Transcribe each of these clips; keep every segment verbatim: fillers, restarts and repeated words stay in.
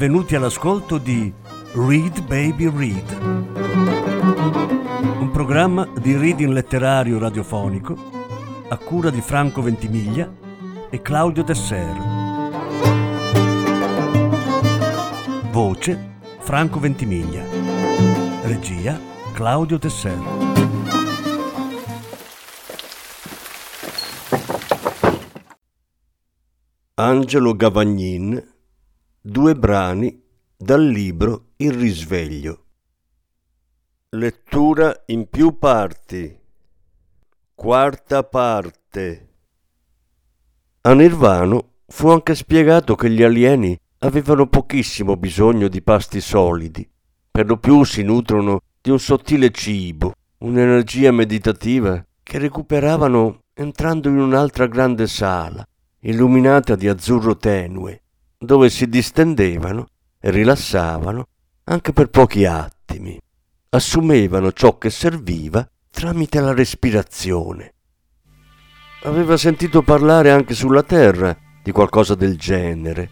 benvenuti all'ascolto di Read Baby Read, un programma di reading letterario radiofonico a cura di Franco Ventimiglia e Claudio Desser. Voce Franco Ventimiglia. Regia Claudio Desser. Angelo Gavagnin. Due brani dal libro Il risveglio. Lettura in più parti. Quarta parte. A Nirvano fu anche spiegato che gli alieni avevano pochissimo bisogno di pasti solidi. Per lo più si nutrono di un sottile cibo, un'energia meditativa che recuperavano entrando in un'altra grande sala, illuminata di azzurro tenue, dove si distendevano e rilassavano anche per pochi attimi. Assumevano ciò che serviva tramite la respirazione. Aveva sentito parlare anche sulla Terra di qualcosa del genere.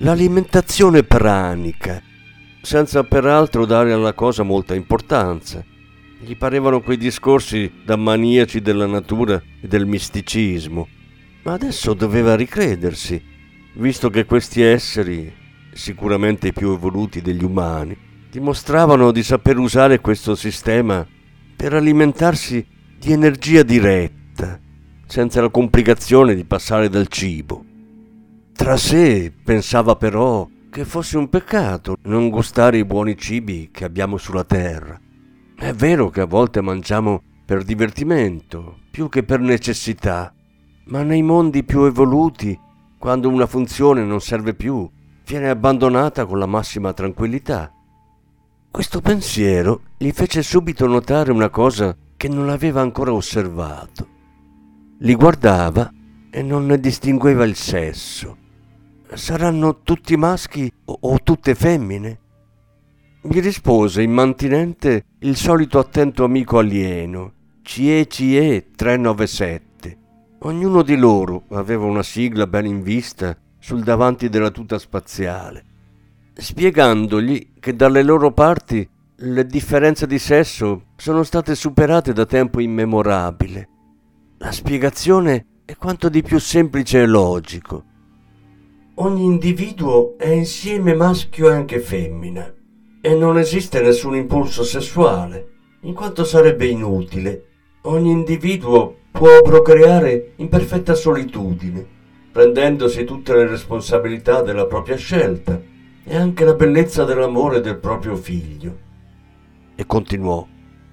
l'alimentazione pranica, senza peraltro dare alla cosa molta importanza. Gli parevano quei discorsi da maniaci della natura e del misticismo, ma adesso doveva ricredersi, visto che questi esseri, sicuramente i più evoluti degli umani, dimostravano di saper usare questo sistema per alimentarsi di energia diretta, senza la complicazione di passare dal cibo. Tra sé pensava però che fosse un peccato non gustare i buoni cibi che abbiamo sulla terra. È vero che a volte mangiamo per divertimento, più che per necessità, ma nei mondi più evoluti, quando una funzione non serve più, viene abbandonata con la massima tranquillità. Questo pensiero gli fece subito notare una cosa che non aveva ancora osservato. Li guardava e non ne distingueva il sesso. Saranno tutti maschi o, o tutte femmine? Gli rispose immantinente il solito attento amico alieno, C E C E trecentonovantasette. Ognuno di loro aveva una sigla ben in vista sul davanti della tuta spaziale, spiegandogli che dalle loro parti le differenze di sesso sono state superate da tempo immemorabile. La spiegazione è quanto di più semplice e logico. Ogni individuo è insieme maschio e anche femmina, e non esiste nessun impulso sessuale, in quanto sarebbe inutile. Ogni individuo può procreare in perfetta solitudine, prendendosi tutte le responsabilità della propria scelta e anche la bellezza dell'amore del proprio figlio. E continuò: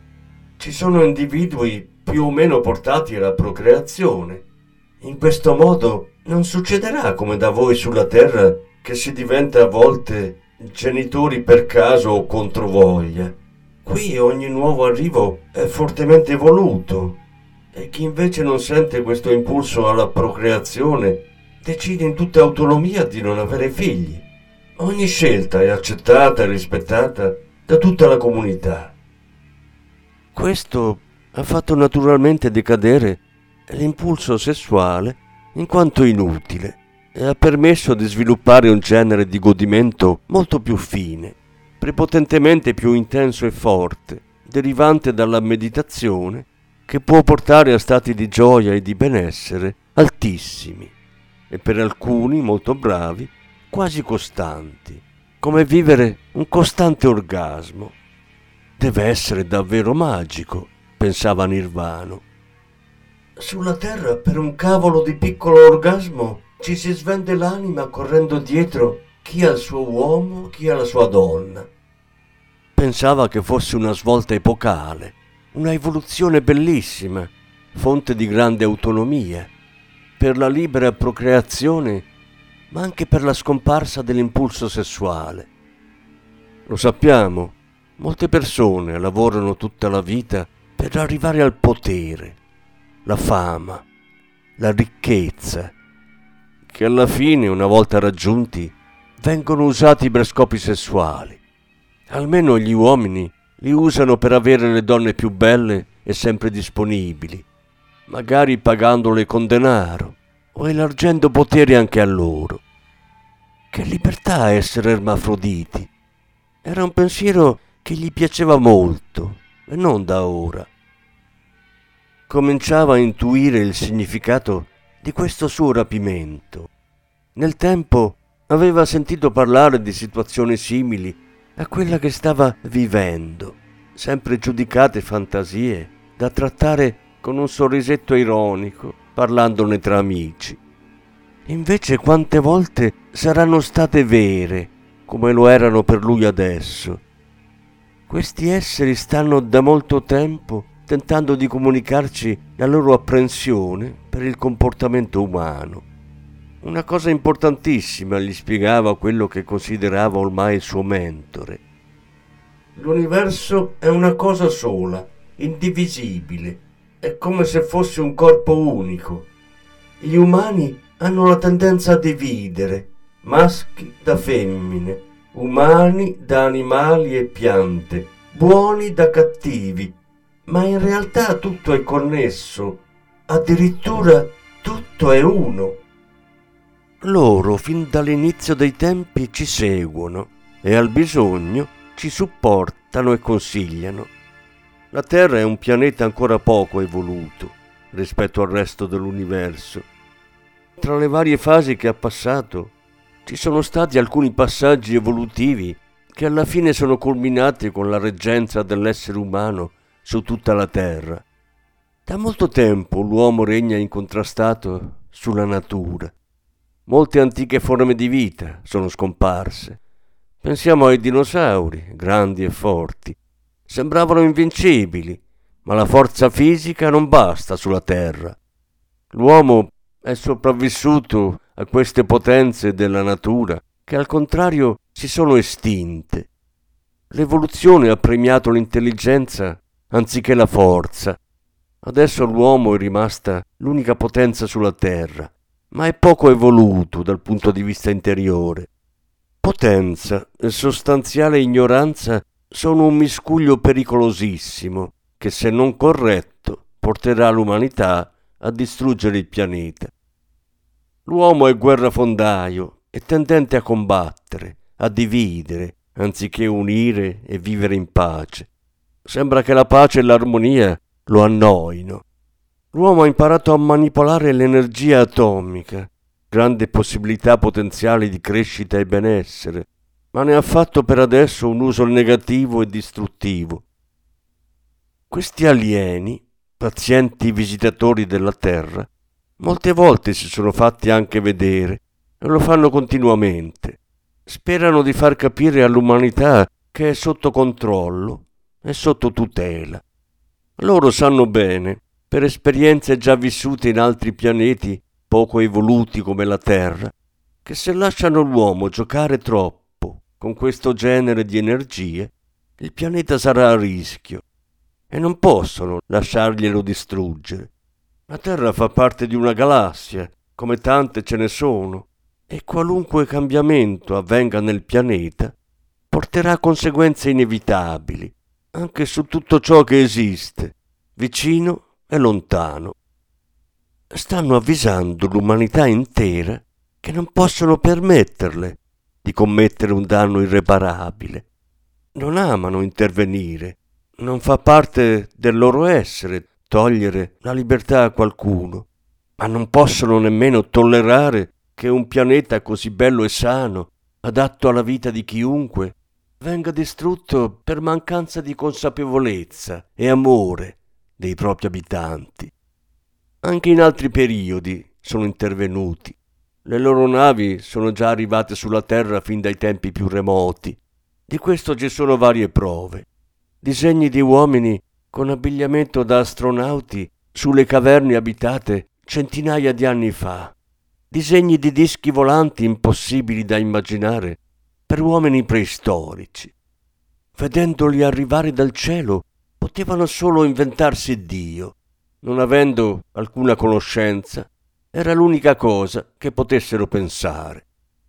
ci sono individui più o meno portati alla procreazione. In questo modo non succederà come da voi sulla terra, che si diventa a volte genitori per caso o controvoglia. Qui ogni nuovo arrivo è fortemente voluto, e chi invece non sente questo impulso alla procreazione decide in tutta autonomia di non avere figli. Ogni scelta è accettata e rispettata da tutta la comunità. Questo ha fatto naturalmente decadere l'impulso sessuale in quanto inutile e ha permesso di sviluppare un genere di godimento molto più fine, prepotentemente più intenso e forte, derivante dalla meditazione, che può portare a stati di gioia e di benessere altissimi e per alcuni molto bravi, quasi costanti, come vivere un costante orgasmo. Deve essere davvero magico, pensava Nirvano. Sulla terra per un cavolo di piccolo orgasmo ci si svende l'anima correndo dietro chi ha il suo uomo, chi ha la sua donna. Pensava che fosse una svolta epocale, una evoluzione bellissima, fonte di grande autonomia, per la libera procreazione, ma anche per la scomparsa dell'impulso sessuale. Lo sappiamo, molte persone lavorano tutta la vita per arrivare al potere, la fama, la ricchezza, che alla fine, una volta raggiunti, vengono usati per scopi sessuali. Almeno gli uomini li usano per avere le donne più belle e sempre disponibili, magari pagandole con denaro o elargendo poteri anche a loro. Che libertà essere ermafroditi! Era un pensiero che gli piaceva molto, e non da ora. Cominciava a intuire il significato di questo suo rapimento. Nel tempo aveva sentito parlare di situazioni simili a quella che stava vivendo, sempre giudicate fantasie da trattare con un sorrisetto ironico, parlandone tra amici. Invece quante volte saranno state vere, come lo erano per lui adesso. Questi esseri stanno da molto tempo tentando di comunicarci la loro apprensione per il comportamento umano. Una cosa importantissima, gli spiegava quello che considerava ormai il suo mentore. L'universo è una cosa sola, indivisibile, è come se fosse un corpo unico. Gli umani hanno la tendenza a dividere, maschi da femmine, umani da animali e piante, buoni da cattivi, ma in realtà tutto è connesso, addirittura tutto è uno. Loro fin dall'inizio dei tempi ci seguono e al bisogno ci supportano e consigliano. La Terra è un pianeta ancora poco evoluto rispetto al resto dell'universo. Tra le varie fasi che ha passato ci sono stati alcuni passaggi evolutivi che alla fine sono culminati con la reggenza dell'essere umano su tutta la Terra. Da molto tempo l'uomo regna incontrastato sulla natura. Molte antiche forme di vita sono scomparse. Pensiamo ai dinosauri, grandi e forti. Sembravano invincibili, ma la forza fisica non basta sulla Terra. L'uomo è sopravvissuto a queste potenze della natura che al contrario si sono estinte. L'evoluzione ha premiato l'intelligenza anziché la forza. Adesso l'uomo è rimasta l'unica potenza sulla Terra, ma è poco evoluto dal punto di vista interiore. Potenza e sostanziale ignoranza sono un miscuglio pericolosissimo che, se non corretto, porterà l'umanità a distruggere il pianeta. L'uomo è guerrafondaio e tendente a combattere, a dividere, anziché unire e vivere in pace. Sembra che la pace e l'armonia lo annoino. L'uomo ha imparato a manipolare l'energia atomica, grande possibilità potenziale di crescita e benessere, ma ne ha fatto per adesso un uso negativo e distruttivo. Questi alieni, pazienti visitatori della Terra, molte volte si sono fatti anche vedere e lo fanno continuamente. Sperano di far capire all'umanità che è sotto controllo e sotto tutela. Loro sanno bene, per esperienze già vissute in altri pianeti poco evoluti come la Terra, che se lasciano l'uomo giocare troppo con questo genere di energie, il pianeta sarà a rischio e non possono lasciarglielo distruggere. La Terra fa parte di una galassia, come tante ce ne sono, e qualunque cambiamento avvenga nel pianeta porterà conseguenze inevitabili anche su tutto ciò che esiste, vicino e lontano. Stanno avvisando l'umanità intera che non possono permetterle di commettere un danno irreparabile. Non amano intervenire, non fa parte del loro essere togliere la libertà a qualcuno, ma non possono nemmeno tollerare che un pianeta così bello e sano, adatto alla vita di chiunque, venga distrutto per mancanza di consapevolezza e amore dei propri abitanti. Anche in altri periodi sono intervenuti. Le loro navi sono già arrivate sulla Terra fin dai tempi più remoti. Di questo ci sono varie prove. Disegni di uomini con abbigliamento da astronauti sulle caverne abitate centinaia di anni fa. Disegni di dischi volanti impossibili da immaginare per uomini preistorici. Vedendoli arrivare dal cielo, potevano solo inventarsi Dio. Non avendo alcuna conoscenza, era l'unica cosa che potessero pensare.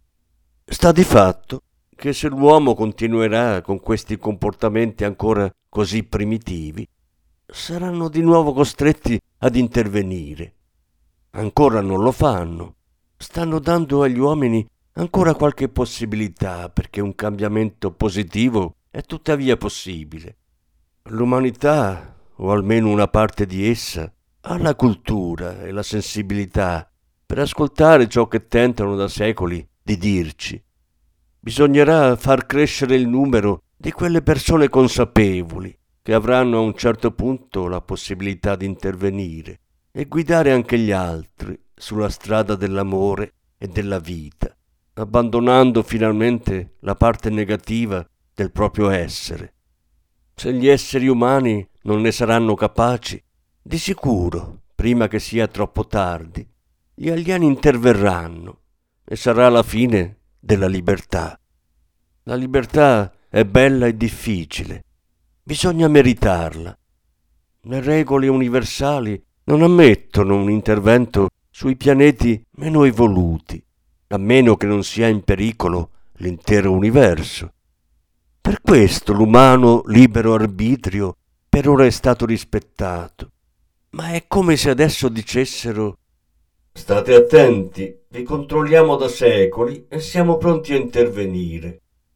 Sta di fatto che se l'uomo continuerà con questi comportamenti ancora così primitivi, saranno di nuovo costretti ad intervenire. Ancora non lo fanno. Stanno dando agli uomini ancora qualche possibilità perché un cambiamento positivo è tuttavia possibile. L'umanità, o almeno una parte di essa, ha la cultura e la sensibilità per ascoltare ciò che tentano da secoli di dirci. Bisognerà far crescere il numero di quelle persone consapevoli che avranno a un certo punto la possibilità di intervenire e guidare anche gli altri sulla strada dell'amore e della vita, abbandonando finalmente la parte negativa del proprio essere. Se gli esseri umani non ne saranno capaci, di sicuro, prima che sia troppo tardi, gli alieni interverranno e sarà la fine della libertà. La libertà è bella e difficile, bisogna meritarla. Le regole universali non ammettono un intervento sui pianeti meno evoluti, a meno che non sia in pericolo l'intero universo. Per questo l'umano libero arbitrio per ora è stato rispettato, ma è come se adesso dicessero: State attenti, vi controlliamo da secoli e siamo pronti a intervenire.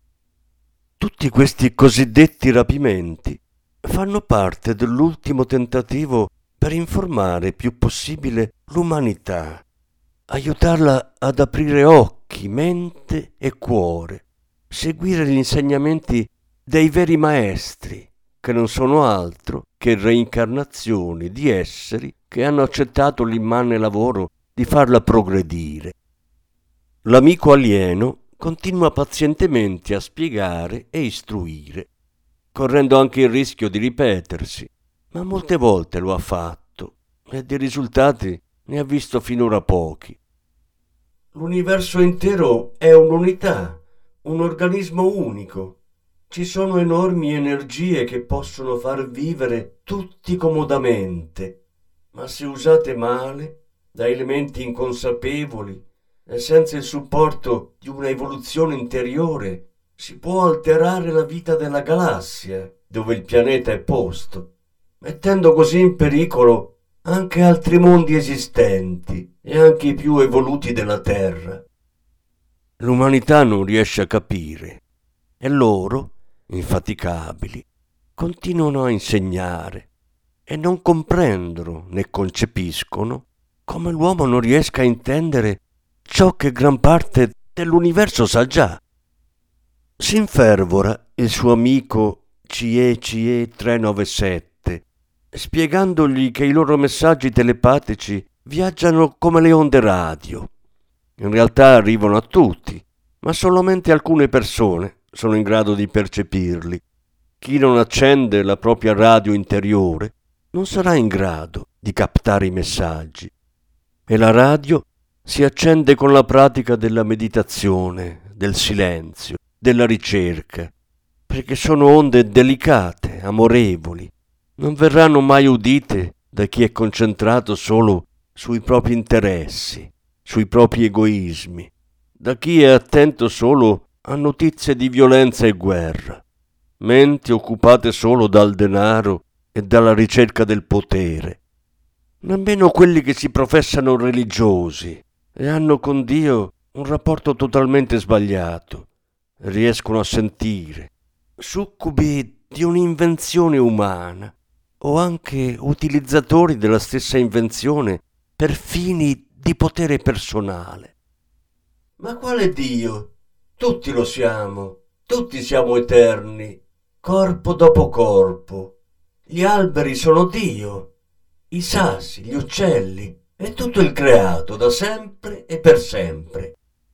Tutti questi cosiddetti rapimenti fanno parte dell'ultimo tentativo per informare più possibile l'umanità, aiutarla ad aprire occhi, mente e cuore, seguire gli insegnamenti dei veri maestri, che non sono altro che reincarnazioni di esseri che hanno accettato l'immane lavoro di farla progredire. L'amico alieno continua pazientemente a spiegare e istruire, correndo anche il rischio di ripetersi, ma molte volte lo ha fatto e di risultati ne ha visto finora pochi. L'universo intero è un'unità, un organismo unico. Ci sono enormi energie che possono far vivere tutti comodamente, ma se usate male, da elementi inconsapevoli e senza il supporto di una evoluzione interiore, si può alterare la vita della galassia dove il pianeta è posto, mettendo così in pericolo anche altri mondi esistenti e anche i più evoluti della Terra. L'umanità non riesce a capire e loro, infaticabili, continuano a insegnare e non comprendono né concepiscono come l'uomo non riesca a intendere ciò che gran parte dell'universo sa già. Si infervora il suo amico C E C E trecentonovantasette, spiegandogli che i loro messaggi telepatici viaggiano come le onde radio. In realtà arrivano a tutti, ma solamente alcune persone sono in grado di percepirli. Chi non accende la propria radio interiore non sarà in grado di captare i messaggi. E la radio si accende con la pratica della meditazione, del silenzio, della ricerca, perché sono onde delicate, amorevoli. Non verranno mai udite da chi è concentrato solo sui propri interessi, sui propri egoismi, da chi è attento solo a notizie di violenza e guerra, menti occupate solo dal denaro e dalla ricerca del potere. Nemmeno quelli che si professano religiosi e hanno con Dio un rapporto totalmente sbagliato riescono a sentire, succubi di un'invenzione umana o anche utilizzatori della stessa invenzione per fini di potere personale. Ma quale Dio? Tutti lo siamo, tutti siamo eterni, corpo dopo corpo. Gli alberi sono Dio, i sassi, gli uccelli e tutto il creato da sempre e per sempre.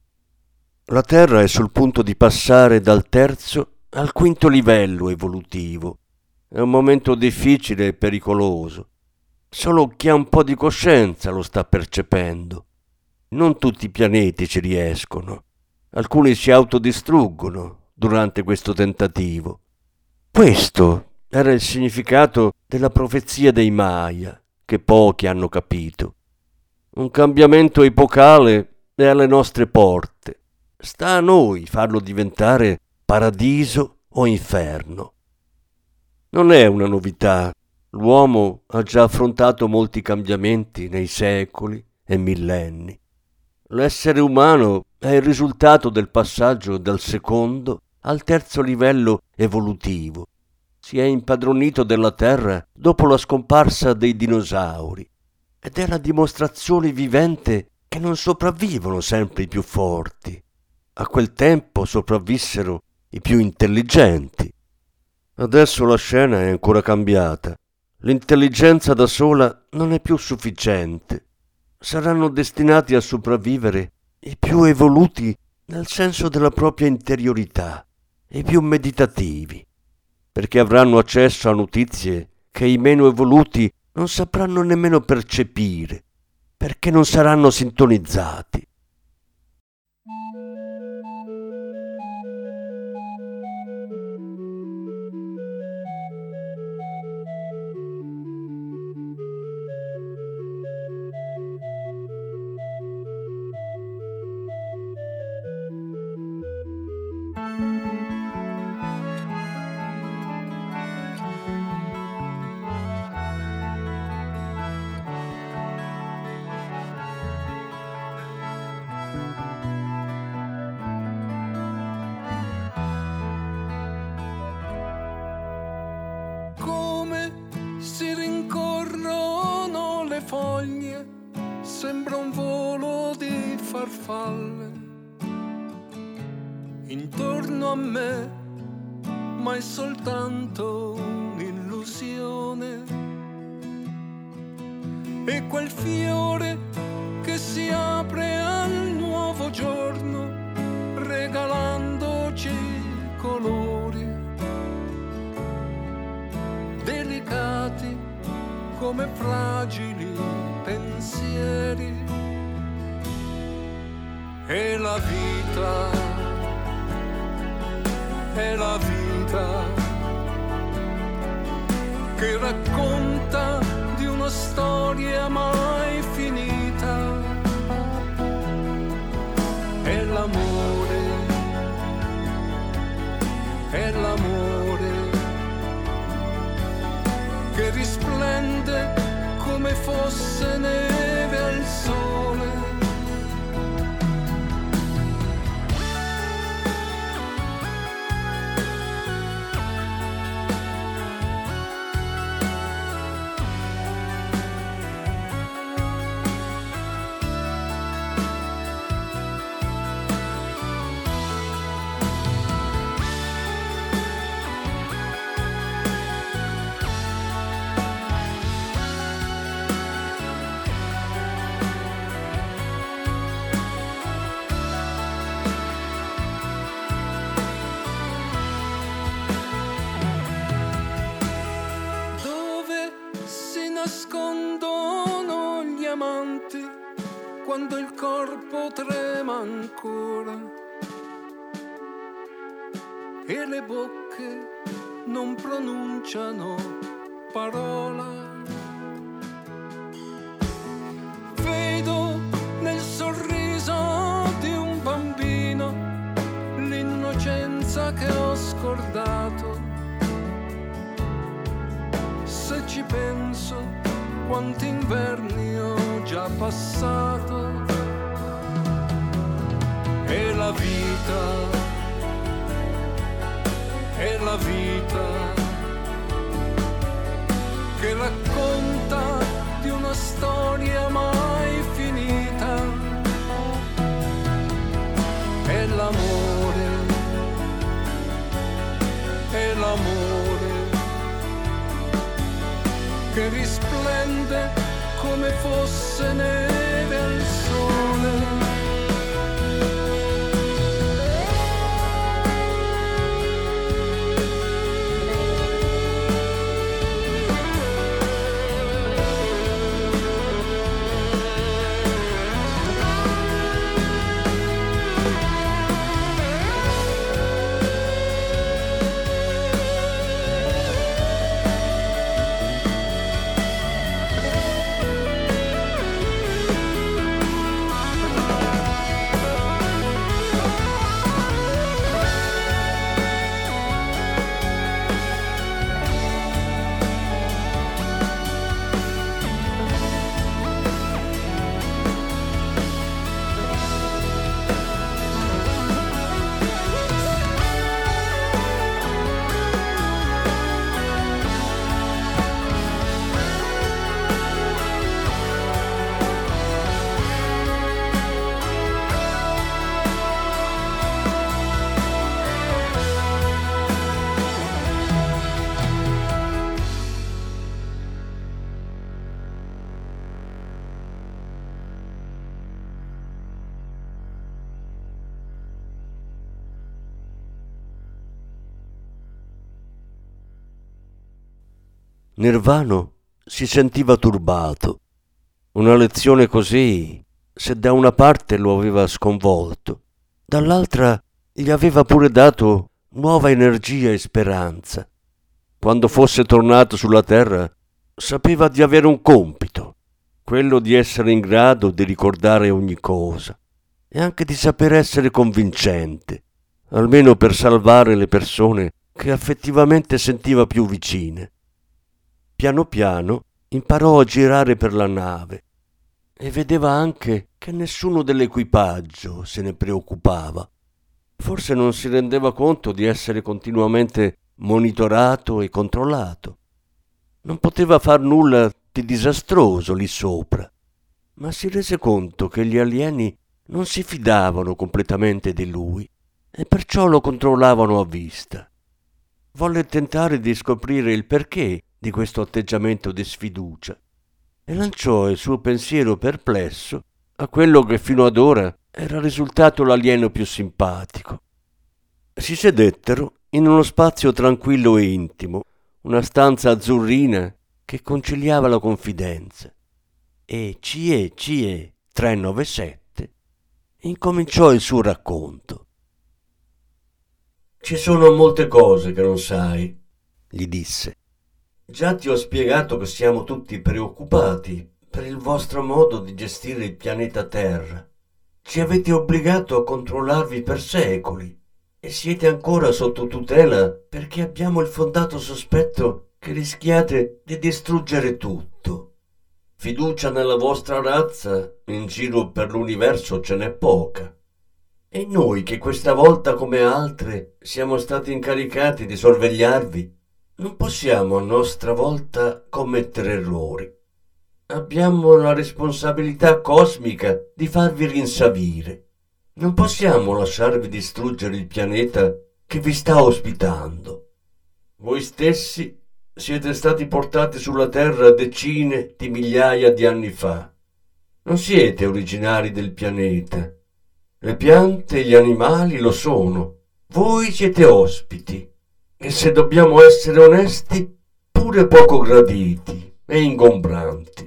La Terra è sul punto di passare dal terzo al quinto livello evolutivo. È un momento difficile e pericoloso. Solo chi ha un po' di coscienza lo sta percependo. Non tutti i pianeti ci riescono. Alcuni si autodistruggono durante questo tentativo. Questo era il significato della profezia dei Maya, che pochi hanno capito. Un cambiamento epocale è alle nostre porte. Sta a noi farlo diventare paradiso o inferno. Non è una novità. L'uomo ha già affrontato molti cambiamenti nei secoli e millenni. L'essere umano è il risultato del passaggio dal secondo al terzo livello evolutivo. Si è impadronito della Terra dopo la scomparsa dei dinosauri ed è la dimostrazione vivente che non sopravvivono sempre i più forti. A quel tempo sopravvissero i più intelligenti. Adesso la scena è ancora cambiata. L'intelligenza da sola non è più sufficiente. Saranno destinati a sopravvivere i più evoluti nel senso della propria interiorità, i più meditativi, perché avranno accesso a notizie che i meno evoluti non sapranno nemmeno percepire, perché non saranno sintonizzati. foglie sembra un volo di farfalle intorno a me, ma è soltanto un'illusione. E quel fiore che si apre al nuovo giorno, regalandoci colori delicati come fragili pensieri. E la vita, è la vita che racconta di una storia mai finita. È l'amore, è l'amore che risplende come fosse neve al sole. Nascondono gli amanti quando il corpo trema ancora e le bocche non pronunciano parola. Vedo nel sorriso di un bambino l'innocenza che ho scordato. Se ci penso, quanti inverni ho già passato. E la vita, è la vita che racconta di una storia mai finita. È l'amore, è l'amore che risplende come fosse neve al sole. Nirvano si sentiva turbato. Una lezione così, se da una parte lo aveva sconvolto, dall'altra gli aveva pure dato nuova energia e speranza. Quando fosse tornato sulla terra, sapeva di avere un compito, quello di essere in grado di ricordare ogni cosa e anche di saper essere convincente, almeno per salvare le persone che affettivamente sentiva più vicine. Piano piano imparò a girare per la nave e vedeva anche che nessuno dell'equipaggio se ne preoccupava. Forse non si rendeva conto di essere continuamente monitorato e controllato. Non poteva far nulla di disastroso lì sopra, ma si rese conto che gli alieni non si fidavano completamente di lui e perciò lo controllavano a vista. Volle tentare di scoprire il perché di questo atteggiamento di sfiducia e lanciò il suo pensiero perplesso a quello che fino ad ora era risultato l'alieno più simpatico. Si sedettero in uno spazio tranquillo e intimo, una stanza azzurrina che conciliava la confidenza, e C E C E trecentonovantasette incominciò il suo racconto. «Ci sono molte cose che non sai», gli disse. «Già ti ho spiegato che siamo tutti preoccupati per il vostro modo di gestire il pianeta Terra. Ci avete obbligato a controllarvi per secoli e siete ancora sotto tutela perché abbiamo il fondato sospetto che rischiate di distruggere tutto. Fiducia nella vostra razza in giro per l'universo ce n'è poca. E noi che questa volta come altre siamo stati incaricati di sorvegliarvi, non possiamo a nostra volta commettere errori. Abbiamo la responsabilità cosmica di farvi rinsavire. Non possiamo lasciarvi distruggere il pianeta che vi sta ospitando. Voi stessi siete stati portati sulla Terra decine di migliaia di anni fa. Non siete originari del pianeta. Le piante e gli animali lo sono. Voi siete ospiti. E se dobbiamo essere onesti, pure poco graditi e ingombranti.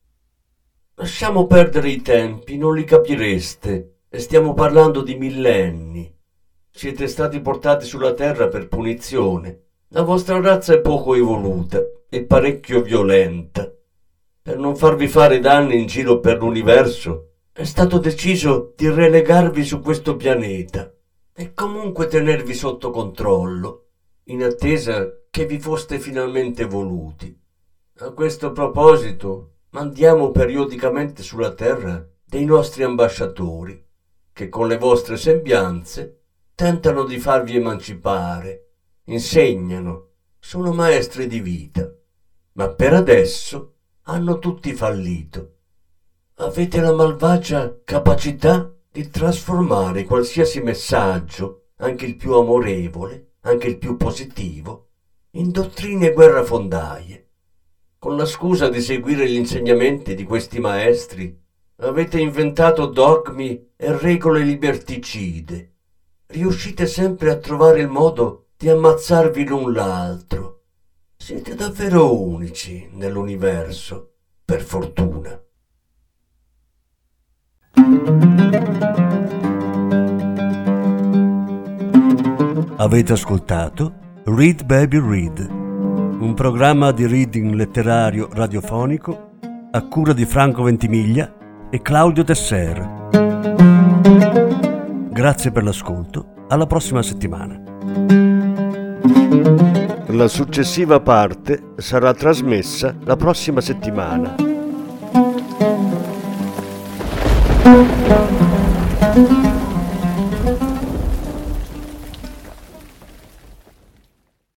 Lasciamo perdere i tempi, non li capireste. E stiamo parlando di millenni. Siete stati portati sulla Terra per punizione. La vostra razza è poco evoluta e parecchio violenta. Per non farvi fare danni in giro per l'universo, è stato deciso di relegarvi su questo pianeta e comunque tenervi sotto controllo, in attesa che vi foste finalmente evoluti. A questo proposito, mandiamo periodicamente sulla Terra dei nostri ambasciatori, che con le vostre sembianze tentano di farvi emancipare, insegnano, sono maestri di vita, ma per adesso hanno tutti fallito. Avete la malvagia capacità di trasformare qualsiasi messaggio, anche il più amorevole, anche il più positivo, in dottrine guerrafondaie. Con la scusa di seguire gli insegnamenti di questi maestri, avete inventato dogmi e regole liberticide. Riuscite sempre a trovare il modo di ammazzarvi l'un l'altro. Siete davvero unici nell'universo, per fortuna. Avete ascoltato Read Baby Read, un programma di reading letterario radiofonico a cura di Franco Ventimiglia e Claudio Tesser. Grazie per l'ascolto, alla prossima settimana. La successiva parte sarà trasmessa la prossima settimana.